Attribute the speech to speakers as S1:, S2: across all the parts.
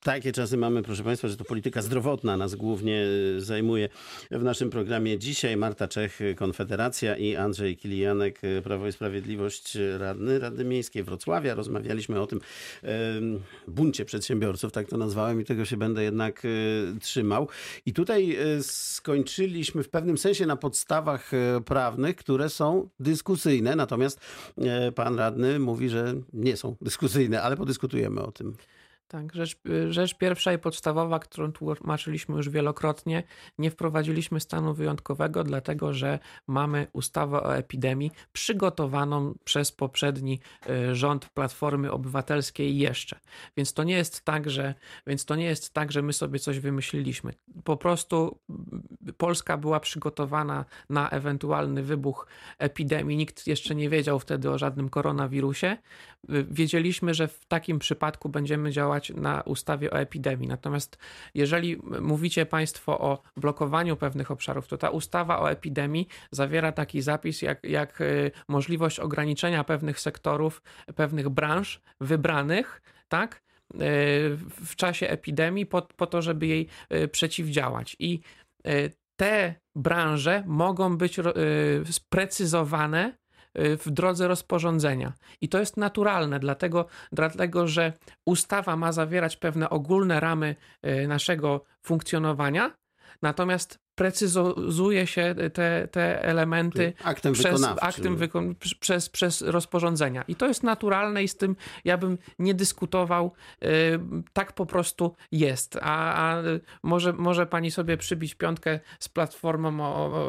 S1: Takie czasy mamy, proszę Państwa, że to polityka zdrowotna nas głównie zajmuje w naszym programie dzisiaj. Marta Czech, Konfederacja, i Andrzej Kilianek, Prawo i Sprawiedliwość, radny Rady Miejskiej Wrocławia. Rozmawialiśmy o tym buncie przedsiębiorców, tak to nazwałem, i tego się będę jednak trzymał. I tutaj skończyliśmy w pewnym sensie na podstawach prawnych, które są dyskusyjne, natomiast pan radny mówi, że nie są dyskusyjne, ale podyskutujemy o tym.
S2: Tak, rzecz pierwsza i podstawowa, którą tłumaczyliśmy już wielokrotnie, nie wprowadziliśmy stanu wyjątkowego, dlatego że mamy ustawę o epidemii przygotowaną przez poprzedni rząd Platformy Obywatelskiej jeszcze. Więc to nie jest tak, że my sobie coś wymyśliliśmy. Po prostu Polska była przygotowana na ewentualny wybuch epidemii. Nikt jeszcze nie wiedział wtedy o żadnym koronawirusie. Wiedzieliśmy, że w takim przypadku będziemy działać na ustawie o epidemii. Natomiast jeżeli mówicie Państwo o blokowaniu pewnych obszarów, to ta ustawa o epidemii zawiera taki zapis jak możliwość ograniczenia pewnych sektorów, pewnych branż wybranych, tak, w czasie epidemii po to, żeby jej przeciwdziałać. I te branże mogą być sprecyzowane w drodze rozporządzenia. I to jest naturalne, dlatego że ustawa ma zawierać pewne ogólne ramy naszego funkcjonowania, natomiast precyzuje się te elementy przez rozporządzenia. I to jest naturalne i z tym ja bym nie dyskutował. Tak po prostu jest. A może pani sobie przybić piątkę z Platformą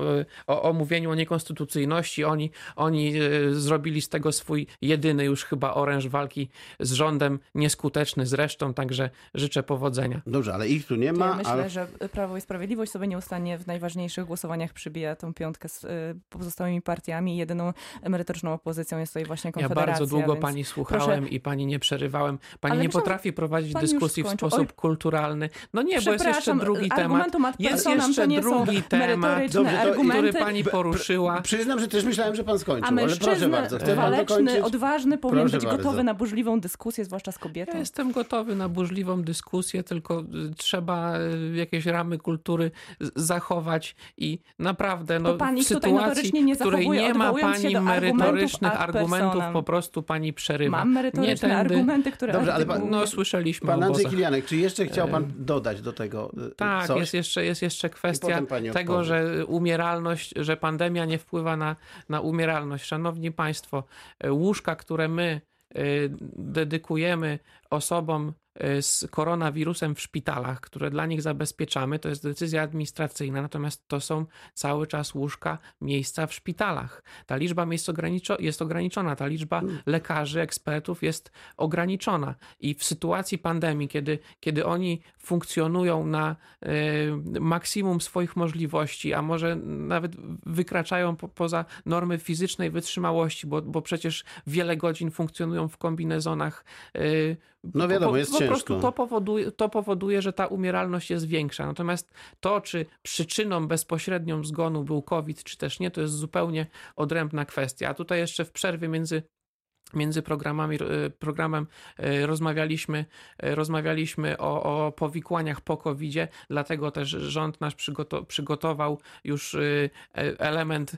S2: o mówieniu o niekonstytucyjności. Oni zrobili z tego swój jedyny już chyba oręż walki z rządem, nieskuteczny zresztą, także życzę powodzenia.
S1: Dobrze, ale ich tu nie ma.
S3: Ja myślę, że Prawo i Sprawiedliwość sobie nieustannie w najważniejszych głosowaniach przybija tą piątkę z pozostałymi partiami. Jedyną merytoryczną opozycją jest tutaj właśnie Konfederacja.
S2: Ja bardzo długo pani słuchałem i pani nie przerywałem. Pani nie potrafi prowadzić dyskusji w sposób kulturalny. No nie, bo jest jeszcze drugi temat. Jest jeszcze drugi temat, który pani poruszyła.
S1: Przyznam, że też myślałem, że pan skończył,
S3: a mężczyzna,
S1: ale proszę bardzo. Chce pan
S3: waleczny, odważny, powinien być gotowy na burzliwą dyskusję, zwłaszcza z kobietą.
S2: Ja jestem gotowy na burzliwą dyskusję, tylko trzeba jakieś ramy kultury zachować i naprawdę w sytuacji, w której nie ma pani merytorycznych argumentów, po prostu pani przerywa.
S3: Mam merytoryczne argumenty, które...
S1: Dobrze, ale
S2: słyszeliśmy
S1: pan Andrzej Kilianek, czy jeszcze chciał pan dodać do tego coś?
S2: Jest jeszcze kwestia tego, że umieralność, że pandemia nie wpływa na umieralność. Szanowni Państwo, łóżka, które my dedykujemy osobom z koronawirusem w szpitalach, które dla nich zabezpieczamy, to jest decyzja administracyjna, natomiast to są cały czas łóżka, miejsca w szpitalach. Ta liczba miejsc jest ograniczona, ta liczba lekarzy, ekspertów jest ograniczona i w sytuacji pandemii, kiedy oni funkcjonują na maksimum swoich możliwości, a może nawet wykraczają poza normy fizycznej wytrzymałości, bo przecież wiele godzin funkcjonują w kombinezonach.
S1: No wiadomo, jest ciężko.
S2: Po prostu to powoduje, że ta umieralność jest większa. Natomiast to, czy przyczyną bezpośrednią zgonu był COVID, czy też nie, to jest zupełnie odrębna kwestia. A tutaj jeszcze w przerwie między programem rozmawialiśmy o powikłaniach po COVID-zie, dlatego też rząd nasz przygotował już element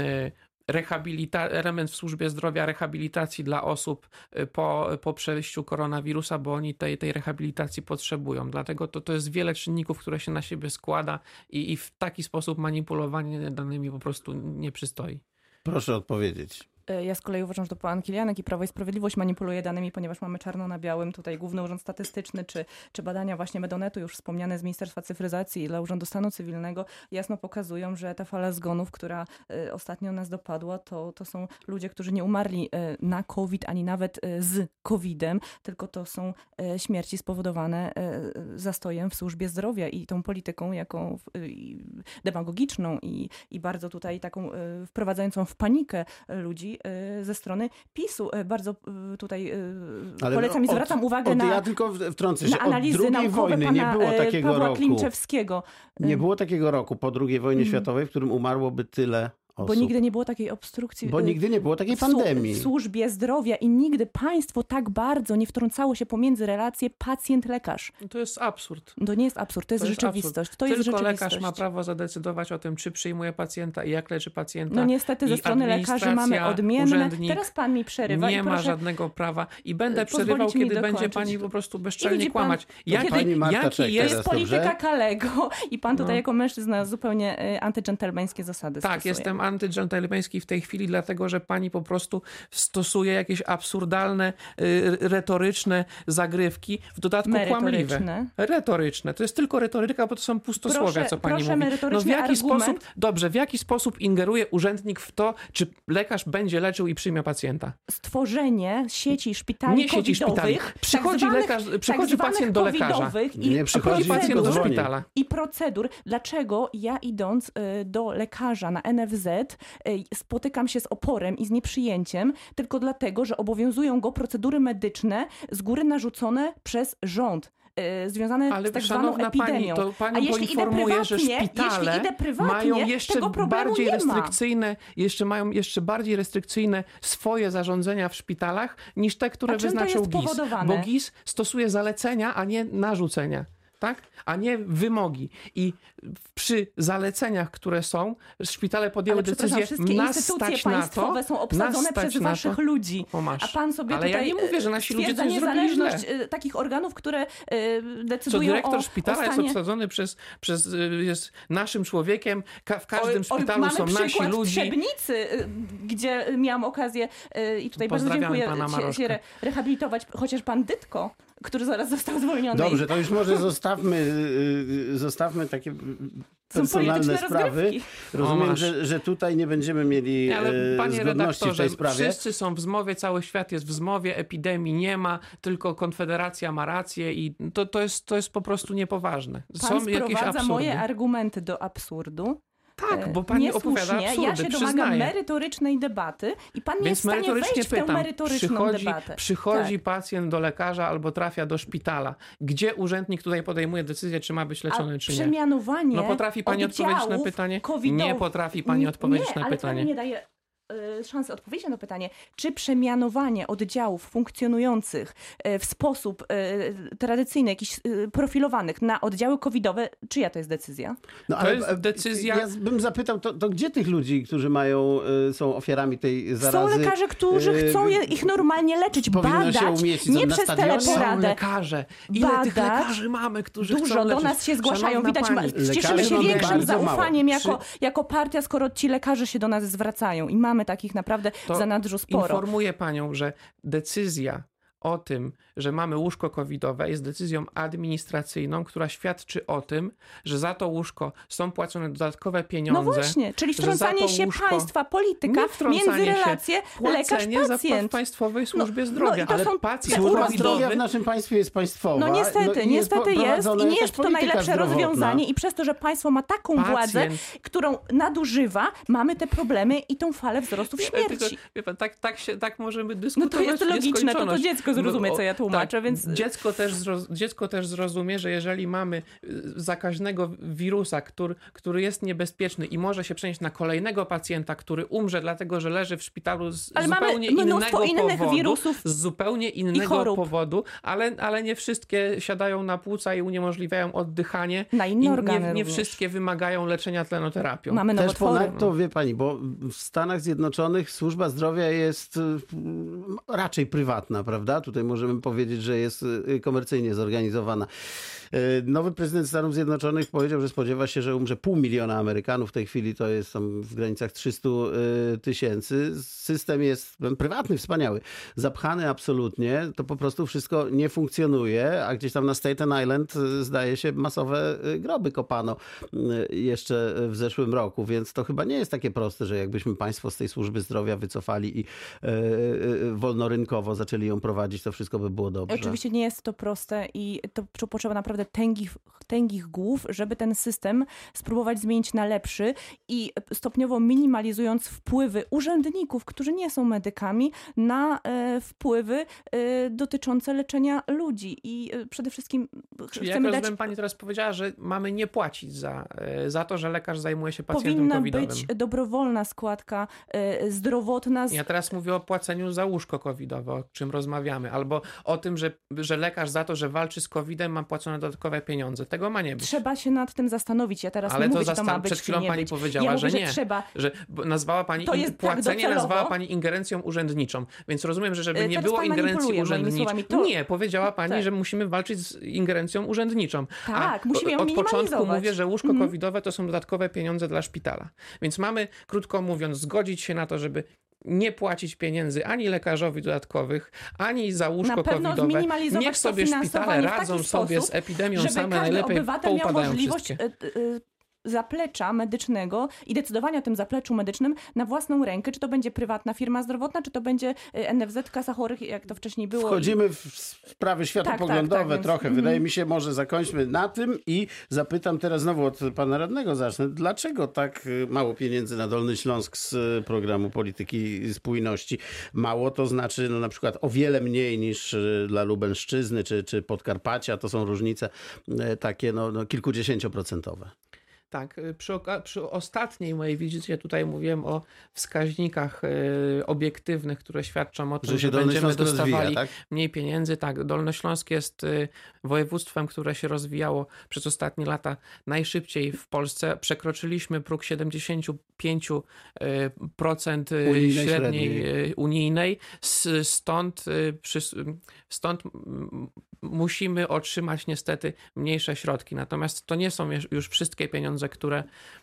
S2: w służbie zdrowia rehabilitacji dla osób po przejściu koronawirusa, bo oni tej rehabilitacji potrzebują. Dlatego to jest wiele czynników, które się na siebie składa i w taki sposób manipulowanie danymi po prostu nie przystoi.
S1: Proszę odpowiedzieć.
S3: Ja z kolei uważam, że to pan Kilianek i Prawo i Sprawiedliwość manipuluje danymi, ponieważ mamy czarno na białym tutaj Główny Urząd Statystyczny, czy badania właśnie Medonetu, już wspomniane z Ministerstwa Cyfryzacji i dla Urzędu Stanu Cywilnego, jasno pokazują, że ta fala zgonów, która ostatnio nas dopadła, to są ludzie, którzy nie umarli na COVID, ani nawet z COVID-em, tylko to są śmierci spowodowane zastojem w służbie zdrowia i tą polityką jaką demagogiczną i bardzo tutaj taką wprowadzającą w panikę ludzi ze strony PiS-u. Bardzo tutaj polecam i zwracam uwagę
S1: ja tylko wtrącę się.
S3: na analizy
S1: od II wojny nie było takiego
S3: Pawła
S1: roku.
S3: Klimczewskiego.
S1: Nie było takiego roku po II wojnie światowej, w którym umarłoby tyle osób.
S3: Bo nigdy nie było takiej obstrukcji.
S1: Bo nigdy nie było takiej pandemii.
S3: W służbie zdrowia i nigdy państwo tak bardzo nie wtrącało się pomiędzy relacje pacjent-lekarz.
S2: To jest absurd.
S3: To nie jest absurd, to jest rzeczywistość. To jest
S2: Tylko
S3: rzeczywistość.
S2: lekarz ma prawo zadecydować o tym, czy przyjmuje pacjenta i jak leczy pacjenta.
S3: No niestety ze strony lekarzy mamy odmienne. Teraz pan mi przerywa.
S2: Nie ma żadnego prawa i będę przerywał, kiedy będzie pani po prostu bezczelnie kłamać.
S1: Pani Marta Czech
S3: jest
S1: teraz,
S3: polityka
S1: dobrze?
S3: Kalego i pan tutaj jako mężczyzna zupełnie antydżentelmeńskie zasady
S2: Tak,
S3: stosuje.
S2: jestem antydżentelmeński w tej chwili, dlatego że pani po prostu stosuje jakieś absurdalne, retoryczne zagrywki, w dodatku kłamliwe. Retoryczne. To jest tylko retoryka, bo to są pustosłowia, co pani mówi. No w jaki sposób ingeruje urzędnik w to, czy lekarz będzie leczył i przyjmie pacjenta?
S3: Stworzenie sieci szpitali
S2: nie sieci szpitali. Przychodzi pacjent do lekarza.
S1: Nie przychodzi
S2: pacjent do szpitala.
S3: I procedur. Dlaczego ja idąc do lekarza na NFZ spotykam się z oporem i z nieprzyjęciem? Tylko dlatego, że obowiązują go procedury medyczne z góry narzucone przez rząd. Związane z tak zwaną epidemią.
S2: Pani, to panią poinformuję, że szpitale mają mają jeszcze bardziej restrykcyjne swoje zarządzenia w szpitalach niż te, które wyznaczył GIS. Bo GIS stosuje zalecenia, a nie narzucenia. Tak? A nie wymogi. I przy zaleceniach, które są, szpitale podjęły decyzję,
S3: wszystkie instytucje państwowe są obsadzone przez waszych ludzi. A pan sobie
S2: ale
S3: tutaj
S2: ja nie mówię, że nasi ludzie coś zrobili
S3: niezależność
S2: źle.
S3: Takich organów, które decydują
S2: dyrektor szpitala jest obsadzony jest naszym człowiekiem. W każdym szpitalu są nasi ludzie.
S3: Mamy Trzebnicy, gdzie miałam okazję i tutaj bardzo dziękuję się rehabilitować, chociaż pan Dytko, który zaraz został zwolniony.
S1: Dobrze, to już może zostawmy takie personalne sprawy. Rozumiem, że tutaj nie będziemy mieli zgodności w tej sprawie.
S2: Wszyscy są w zmowie, cały świat jest w zmowie, epidemii nie ma, tylko Konfederacja ma rację i to jest po prostu niepoważne.
S3: Pan sprowadza moje argumenty do absurdu.
S2: Tak, bo pani opowiada absurdy,
S3: ja się domagam merytorycznej debaty i pan nie jest w stanie wejść w tę merytoryczną debatę.
S2: Przychodzi pacjent do lekarza albo trafia do szpitala. Gdzie urzędnik tutaj podejmuje decyzję, czy ma być leczony, czy nie?
S3: Przemianowanie
S2: No potrafi pani odpowiedzieć na pytanie? Nie potrafi pani odpowiedzieć na pytanie.
S3: Ale pani nie daje szansę odpowiedzieć na to pytanie, czy przemianowanie oddziałów funkcjonujących w sposób tradycyjny, jakichś profilowanych na oddziały covidowe, czyja to jest decyzja?
S1: No, ale jest decyzja... Ja bym zapytał, to gdzie tych ludzi, którzy są ofiarami tej zarazy?
S3: Są lekarze, którzy chcą ich normalnie leczyć, badać, nie przez teleporadę.
S2: Są lekarze. Ile tych lekarzy mamy, którzy chcą leczyć?
S3: Do nas się zgłaszają. Widać, cieszymy się większym zaufaniem jako partia, skoro ci lekarze się do nas zwracają i mamy takich naprawdę za nadrzu sporo.
S2: Informuję panią, że decyzja o tym, że mamy łóżko covidowe jest decyzją administracyjną, która świadczy o tym, że za to łóżko są płacone dodatkowe pieniądze.
S3: No właśnie, czyli wtrącanie się państwa, polityka między relacje lekarz-pacjent.
S2: W Państwowej Służbie Zdrowia.
S1: Ale służba zdrowia w naszym państwie jest państwowa.
S3: No niestety jest i nie jest to najlepsze rozwiązanie i przez to, że państwo ma taką władzę, którą nadużywa, mamy te problemy i tą falę wzrostów śmierci.
S2: Tak możemy dyskutować.
S3: No to jest logiczne, to dziecko zrozumie, co ja tłumaczę,
S2: tak,
S3: więc...
S2: Dziecko też zrozumie, że jeżeli mamy zakaźnego wirusa, który jest niebezpieczny i może się przenieść na kolejnego pacjenta, który umrze, dlatego że leży w szpitalu z zupełnie innego powodu, ale nie wszystkie siadają na płuca i uniemożliwiają oddychanie.
S3: Na inne organy
S2: nie wszystkie wymagają leczenia tlenoterapią.
S3: Mamy
S1: też ponadto, wie pani, bo w Stanach Zjednoczonych służba zdrowia jest raczej prywatna, prawda? Tutaj możemy powiedzieć, że jest komercyjnie zorganizowana. Nowy prezydent Stanów Zjednoczonych powiedział, że spodziewa się, że umrze 500 000 Amerykanów. W tej chwili to jest tam w granicach 300 000. System jest prywatny, wspaniały. Zapchany absolutnie. To po prostu wszystko nie funkcjonuje, a gdzieś tam na Staten Island zdaje się masowe groby kopano jeszcze w zeszłym roku, więc to chyba nie jest takie proste, że jakbyśmy państwo z tej służby zdrowia wycofali i wolnorynkowo zaczęli ją prowadzić, to wszystko by było dobrze.
S3: Oczywiście nie jest to proste i to potrzeba naprawdę naprawdę tęgich głów, żeby ten system spróbować zmienić na lepszy i stopniowo minimalizując wpływy urzędników, którzy nie są medykami, na wpływy dotyczące leczenia ludzi. I przede wszystkim
S2: Czyli
S3: chcemy
S2: jak
S3: dać...
S2: rozumiem, pani teraz powiedziała, że mamy nie płacić za to, że lekarz zajmuje się pacjentem
S3: Powinna
S2: covidowym.
S3: być dobrowolna składka zdrowotna.
S2: Ja teraz mówię o płaceniu za łóżko covidowe, o czym rozmawiamy, albo o tym, że lekarz za to, że walczy z covidem, ma płacone dodatkowe pieniądze. Tego ma nie być.
S3: Trzeba się nad tym zastanowić. Ja teraz
S2: Ale
S3: nie mówię, że to ma być,
S2: przed chwilą
S3: czy nie
S2: pani
S3: być.
S2: powiedziała,
S3: Ja mówię,
S2: że nie.
S3: Trzeba.
S2: Że nazwała pani
S3: To jest tak
S2: płacenie,
S3: docelowo.
S2: nazwała pani ingerencją urzędniczą. Więc rozumiem, że żeby nie
S3: Teraz
S2: było
S3: pan
S2: ingerencji
S3: manipuluje moimi
S2: urzędniczej.
S3: słowami.
S2: Nie, powiedziała pani,
S3: Tak.
S2: że musimy walczyć z ingerencją urzędniczą.
S3: Tak,
S2: A
S3: musimy ją
S2: od początku
S3: minimalizować.
S2: mówię, że łóżko covidowe to są dodatkowe pieniądze dla szpitala. Więc mamy, krótko mówiąc, zgodzić się na to, żeby nie płacić pieniędzy ani lekarzowi dodatkowych, ani za łóżko
S3: Na pewno
S2: covidowe.
S3: zminimalizować
S2: Niech sobie
S3: to
S2: szpitale
S3: finansowanie w
S2: radzą
S3: taki
S2: sobie
S3: sposób,
S2: z epidemią
S3: żeby
S2: same
S3: każdy
S2: najlepiej,
S3: obywatel miał
S2: poupadają
S3: możliwość
S2: wszystkie.
S3: zaplecza medycznego i decydowania o tym zapleczu medycznym na własną rękę, czy to będzie prywatna firma zdrowotna, czy to będzie NFZ, Kasa Chorych, jak to wcześniej było.
S1: Wchodzimy w sprawy światopoglądowe
S3: tak, więc-
S1: trochę. Wydaje mi się, może zakończmy na tym i zapytam teraz znowu od pana radnego zacznę. Dlaczego tak mało pieniędzy na Dolny Śląsk z programu polityki spójności? Mało to znaczy na przykład o wiele mniej niż dla Lubelszczyzny czy Podkarpacia. To są różnice takie kilkudziesięcioprocentowe.
S2: Tak, przy ostatniej mojej wizycie tutaj mówiłem o wskaźnikach obiektywnych, które świadczą o tym,
S1: Że się
S2: że
S1: Dolny
S2: będziemy
S1: Śląsk
S2: dostawali
S1: rozwija, tak?
S2: mniej pieniędzy. Tak, Dolnośląsk jest województwem, które się rozwijało przez ostatnie lata najszybciej w Polsce. Przekroczyliśmy próg 75% średniej unijnej. Stąd musimy otrzymać niestety mniejsze środki. Natomiast to nie są już wszystkie pieniądze, które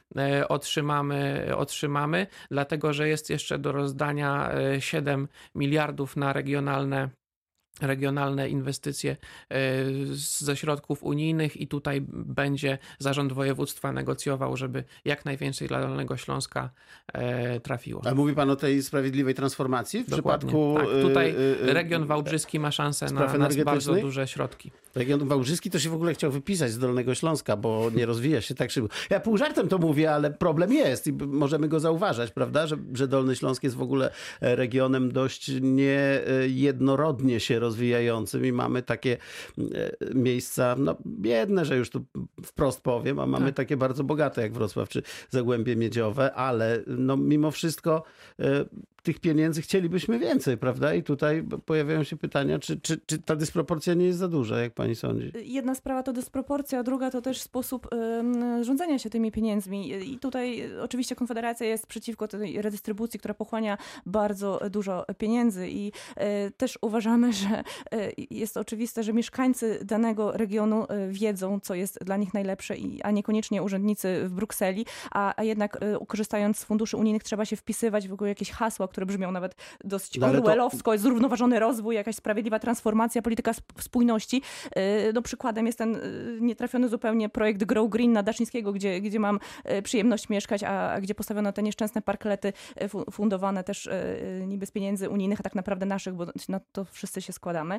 S2: otrzymamy, dlatego że jest jeszcze do rozdania 7 miliardów na regionalne inwestycje ze środków unijnych i tutaj będzie zarząd województwa negocjował, żeby jak najwięcej dla Dolnego Śląska trafiło.
S1: A mówi pan o tej sprawiedliwej transformacji w
S2: Dokładnie.
S1: przypadku...
S2: Tak, tutaj region wałbrzyski ma szansę na bardzo duże środki.
S1: Region wałbrzyski to się w ogóle chciał wypisać z Dolnego Śląska, bo nie rozwija się tak szybko. Ja pół żartem to mówię, ale problem jest i możemy go zauważać, prawda, że Dolny Śląsk jest w ogóle regionem dość niejednorodnie się rozwijającym i mamy takie miejsca, biedne, że już tu wprost powiem, a mamy takie bardzo bogate jak Wrocław czy Zagłębie Miedziowe, ale mimo wszystko tych pieniędzy chcielibyśmy więcej, prawda? I tutaj pojawiają się pytania, czy ta dysproporcja nie jest za duża, jak pani sądzi?
S3: Jedna sprawa to dysproporcja, a druga to też sposób rządzenia się tymi pieniędzmi. I tutaj oczywiście Konfederacja jest przeciwko tej redystrybucji, która pochłania bardzo dużo pieniędzy i też uważamy, że jest oczywiste, że mieszkańcy danego regionu wiedzą, co jest dla nich najlepsze, a niekoniecznie urzędnicy w Brukseli, a jednak korzystając z funduszy unijnych trzeba się wpisywać w ogóle jakieś hasła, które brzmią nawet dość orwellowsko, zrównoważony rozwój, jakaś sprawiedliwa transformacja, polityka spójności. Przykładem jest ten nietrafiony zupełnie projekt Grow Green na Daszyńskiego, gdzie mam przyjemność mieszkać, a gdzie postawiono te nieszczęsne parklety fundowane też niby z pieniędzy unijnych, a tak naprawdę naszych, bo na to wszyscy się składamy.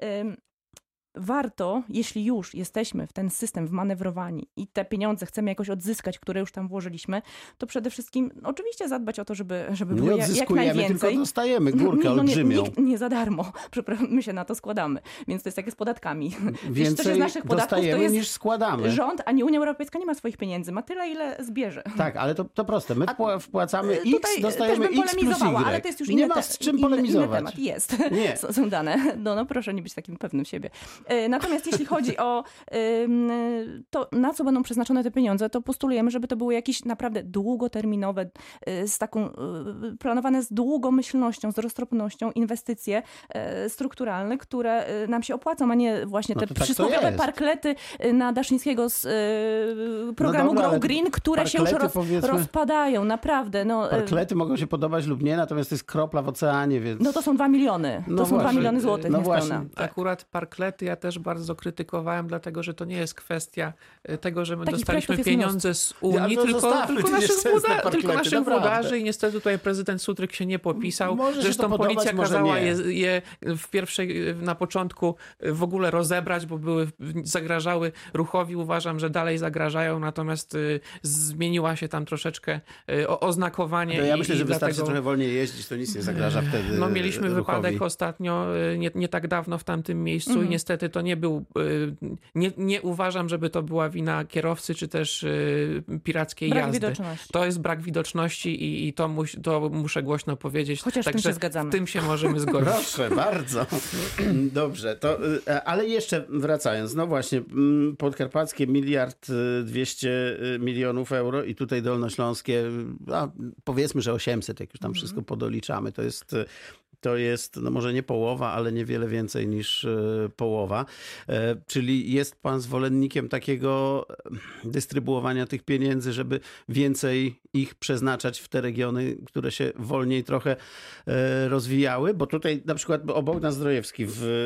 S3: Warto, jeśli już jesteśmy w ten system wmanewrowani i te pieniądze chcemy jakoś odzyskać, które już tam włożyliśmy, to przede wszystkim oczywiście zadbać o to, żeby było jak najwięcej.
S1: Tylko dostajemy górkę olbrzymią.
S3: Nie za darmo. My się na to składamy. Więc to jest jak z podatkami.
S1: Więcej
S3: z naszych podatków
S1: dostajemy
S3: to jest
S1: niż składamy.
S3: Rząd, a nie Unia Europejska nie ma swoich pieniędzy. Ma tyle, ile zbierze.
S1: Tak, ale to proste. My wpłacamy X,
S3: Tutaj
S1: dostajemy
S3: też bym
S1: X plus
S3: polemizowała,
S1: Y.
S3: ale to jest już
S1: nie ma z czym polemizować.
S3: inny temat. Jest.
S1: Nie.
S3: Są dane. No proszę nie być takim pewnym siebie. Natomiast jeśli chodzi o to, na co będą przeznaczone te pieniądze, to postulujemy, żeby to były jakieś naprawdę długoterminowe, planowane z długomyślnością, z roztropnością inwestycje strukturalne, które nam się opłacą, a nie właśnie te przysłowiowe parklety na Daszyńskiego z programu Grow Green, które się już rozpadają, naprawdę.
S1: Parklety mogą się podobać lub nie, natomiast to jest kropla w oceanie, więc...
S3: To są 2 miliony. To są 2 miliony złotych niespełna.
S2: Akurat parklety, ja też bardzo krytykowałem, dlatego że to nie jest kwestia tego, że my
S3: Takich
S2: dostaliśmy
S3: projektów jest
S2: pieniądze z Unii,
S1: to zostawmy
S2: tylko
S1: te nieszczęsne parklety,
S2: naszych
S1: naprawdę.
S2: włodarzy i niestety tutaj prezydent Sutryk się nie popisał.
S1: Może się to
S2: Zresztą
S1: podobać,
S2: policja
S1: może
S2: kazała
S1: nie.
S2: je na początku w ogóle rozebrać, bo zagrażały ruchowi. Uważam, że dalej zagrażają, natomiast zmieniła się tam troszeczkę oznakowanie.
S1: Ja myślę, że wystarczy
S2: dlatego...
S1: trochę wolniej jeździć, to nic nie zagraża wtedy
S2: No mieliśmy
S1: ruchowi.
S2: wypadek ostatnio, nie tak dawno w tamtym miejscu i niestety to nie był, nie uważam, żeby to była wina kierowcy, czy też pirackiej
S3: Brak
S2: jazdy.
S3: widoczności.
S2: To jest brak widoczności i to muszę głośno powiedzieć.
S3: Chociaż w tym
S2: Także
S3: się zgadzamy.
S2: w tym się możemy zgodzić.
S1: Proszę bardzo. Dobrze, to, ale jeszcze wracając, no właśnie, podkarpackie 1 200 000 000 euro i tutaj dolnośląskie, powiedzmy, że 800, jak już tam wszystko podoliczamy, to jest, no może nie połowa, ale niewiele więcej niż połowa. Czyli jest pan zwolennikiem takiego dystrybuowania tych pieniędzy, żeby więcej ich przeznaczać w te regiony, które się wolniej trochę rozwijały? Bo tutaj na przykład Bogdan Zdrojewski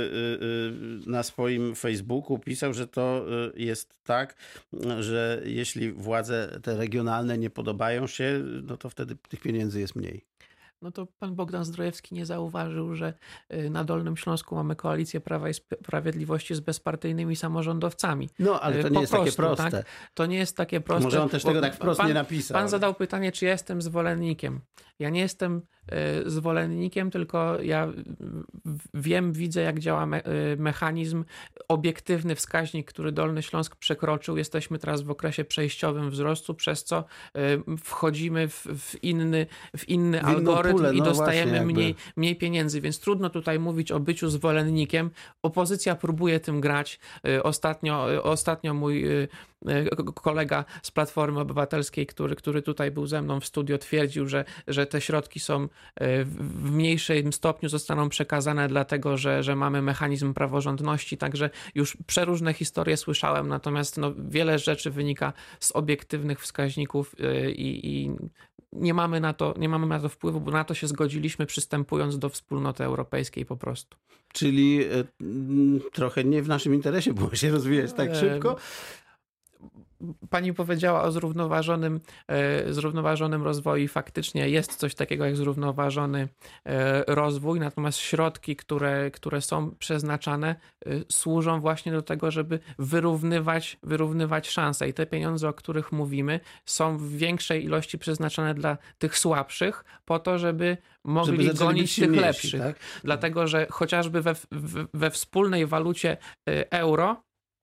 S1: na swoim Facebooku pisał, że to jest tak, że jeśli władze te regionalne nie podobają się, no to wtedy tych pieniędzy jest mniej.
S2: No to pan Bogdan Zdrojewski nie zauważył, że na Dolnym Śląsku mamy koalicję Prawa i Sprawiedliwości z bezpartyjnymi samorządowcami.
S1: No, ale to nie jest takie proste.
S2: Tak? To nie jest takie proste.
S1: Może on też tego tak wprost nie napisał.
S2: Pan zadał pytanie, czy jestem zwolennikiem. Ja nie jestem zwolennikiem, tylko ja widzę, jak działa mechanizm, obiektywny wskaźnik, który Dolny Śląsk przekroczył. Jesteśmy teraz w okresie przejściowym wzrostu, przez co wchodzimy w inny algorytm i dostajemy mniej pieniędzy, więc trudno tutaj mówić o byciu zwolennikiem. Opozycja próbuje tym grać. Ostatnio mój kolega z Platformy Obywatelskiej, który tutaj był ze mną w studio, twierdził, że te środki są w mniejszym stopniu zostaną przekazane dlatego, że mamy mechanizm praworządności, także już przeróżne historie słyszałem, natomiast wiele rzeczy wynika z obiektywnych wskaźników i nie mamy na to wpływu, bo na to się zgodziliśmy, przystępując do wspólnoty europejskiej po prostu.
S1: Czyli trochę nie w naszym interesie było się rozwijać tak szybko.
S2: Pani powiedziała o zrównoważonym rozwoju i faktycznie jest coś takiego jak zrównoważony rozwój, natomiast środki, które są przeznaczane, służą właśnie do tego, żeby wyrównywać szanse i te pieniądze, o których mówimy, są w większej ilości przeznaczone dla tych słabszych po to, żeby mogli gonić tych lepszych. Tak? Dlatego, że chociażby we wspólnej walucie euro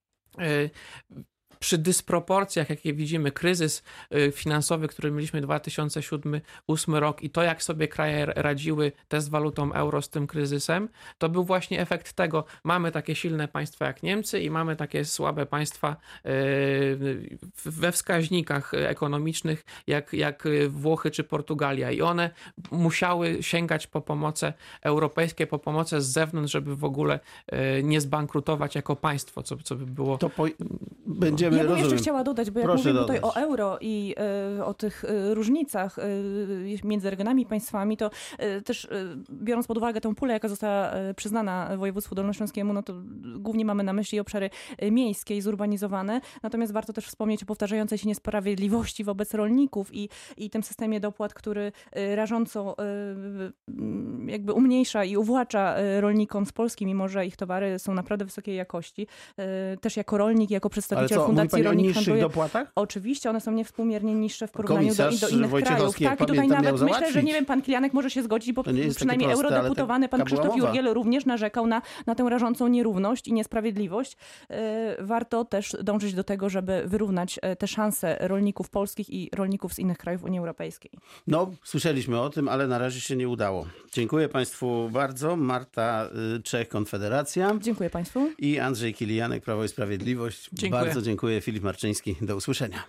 S2: przy dysproporcjach, jakie widzimy, kryzys finansowy, który mieliśmy 2007-2008 rok i to, jak sobie kraje radziły te z walutą euro z tym kryzysem, to był właśnie efekt tego. Mamy takie silne państwa jak Niemcy i mamy takie słabe państwa we wskaźnikach ekonomicznych jak Włochy czy Portugalia i one musiały sięgać po pomoce europejskie, po pomoce z zewnątrz, żeby w ogóle nie zbankrutować jako państwo, co by było...
S1: Będziemy
S3: Ja bym jeszcze chciała dodać, bo jak
S1: Proszę
S3: mówimy tutaj
S1: dodać.
S3: o euro i o tych różnicach między regionami i państwami, to też biorąc pod uwagę tę pulę, jaka została przyznana województwu dolnośląskiemu, no to głównie mamy na myśli obszary miejskie i zurbanizowane. Natomiast warto też wspomnieć o powtarzającej się niesprawiedliwości wobec rolników i tym systemie dopłat, który rażąco jakby umniejsza i uwłacza rolnikom z Polski, mimo że ich towary są naprawdę wysokiej jakości. Też jako rolnik, jako przedstawiciel Fundacji
S1: Mówi pani o
S3: Rolnik
S1: niższych
S3: handluje.
S1: dopłatach?
S3: Oczywiście, one są niewspółmiernie niższe w porównaniu
S1: Komisarz
S3: do innych krajów.
S1: Wojciechowski, jak
S3: Tak, i tutaj
S1: pamiętam,
S3: nawet
S1: miał
S3: myślę, że
S1: załatwić.
S3: nie wiem, pan Kilianek może się zgodzić, bo
S1: To nie jest takie
S3: przynajmniej
S1: proste, ale
S3: eurodeputowany pan
S1: taka była
S3: Krzysztof
S1: mowa.
S3: Jurgiel również narzekał na tę rażącą nierówność i niesprawiedliwość. Warto też dążyć do tego, żeby wyrównać te szanse rolników polskich i rolników z innych krajów Unii Europejskiej.
S1: No, słyszeliśmy o tym, ale na razie się nie udało. Dziękuję państwu bardzo. Marta Czech, Konfederacja.
S3: Dziękuję państwu.
S1: I Andrzej Kilianek, Prawo i Sprawiedliwość.
S2: Dziękuję.
S1: Bardzo dziękuję. Filip Marczyński. Do usłyszenia.